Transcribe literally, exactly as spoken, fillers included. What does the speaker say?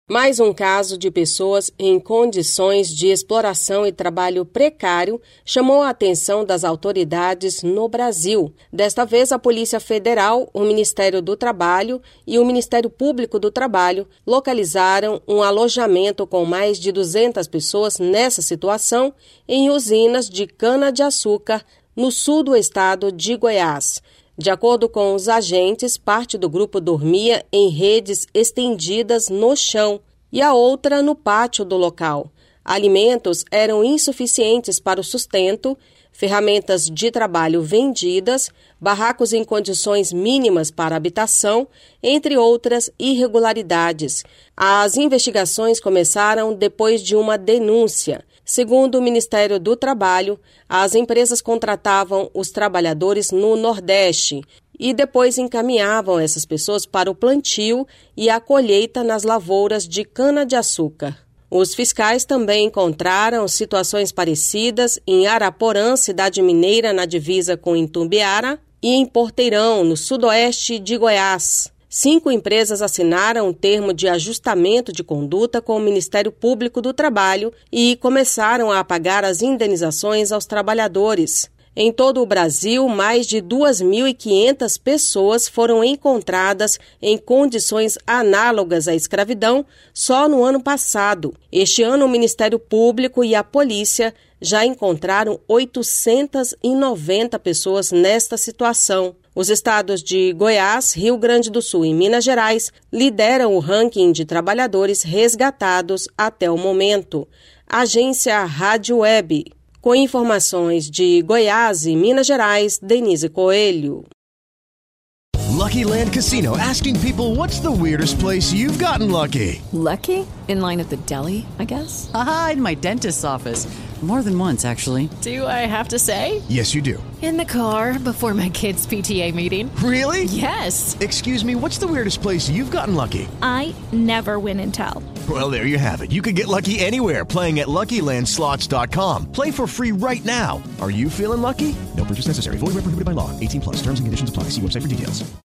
Mais um caso de pessoas em condições de exploração e trabalho precário chamou a atenção das autoridades no Brasil. Desta vez, a Polícia Federal, o Ministério do Trabalho e o Ministério Público do Trabalho localizaram um alojamento com mais de duzentas pessoas nessa situação em usinas de cana-de-açúcar no sul do estado de Goiás. De acordo com os agentes, parte do grupo dormia em redes estendidas no chão e a outra no pátio do local. Alimentos eram insuficientes para o sustento, ferramentas de trabalho vendidas, barracos em condições mínimas para habitação, entre outras irregularidades. As investigações começaram depois de uma denúncia. Segundo o Ministério do Trabalho, as empresas contratavam os trabalhadores no Nordeste e depois encaminhavam essas pessoas para o plantio e a colheita nas lavouras de cana-de-açúcar. Os fiscais também encontraram situações parecidas em Araporã, cidade mineira na divisa com Itumbiara, e em Porteirão, no sudoeste de Goiás. Cinco empresas assinaram um termo de ajustamento de conduta com o Ministério Público do Trabalho e começaram a pagar as indenizações aos trabalhadores. Em todo o Brasil, mais de duas mil e quinhentas pessoas foram encontradas em condições análogas à escravidão só no ano passado. Este ano, o Ministério Público e a Polícia já encontraram oitocentas e noventa pessoas nesta situação. Os estados de Goiás, Rio Grande do Sul e Minas Gerais lideram o ranking de trabalhadores resgatados até o momento. Agência Rádio Web. Com informações de Goiás e Minas Gerais, Denise Coelho. Lucky Land Casino, asking people, what's the weirdest place you've gotten lucky? Lucky? In line at the deli, I guess? Aha, in my dentist's office. More than once, actually. Do I have to say? Yes, you do. In the car before my kids' P T A meeting. Really? Yes. Excuse me, what's the weirdest place you've gotten lucky? I never win and tell. Well, there you have it. You can get lucky anywhere, playing at Lucky Land Slots dot com. Play for free right now. Are you feeling lucky? No purchase necessary. Void where prohibited by law. eighteen plus. Terms and conditions apply. See website for details.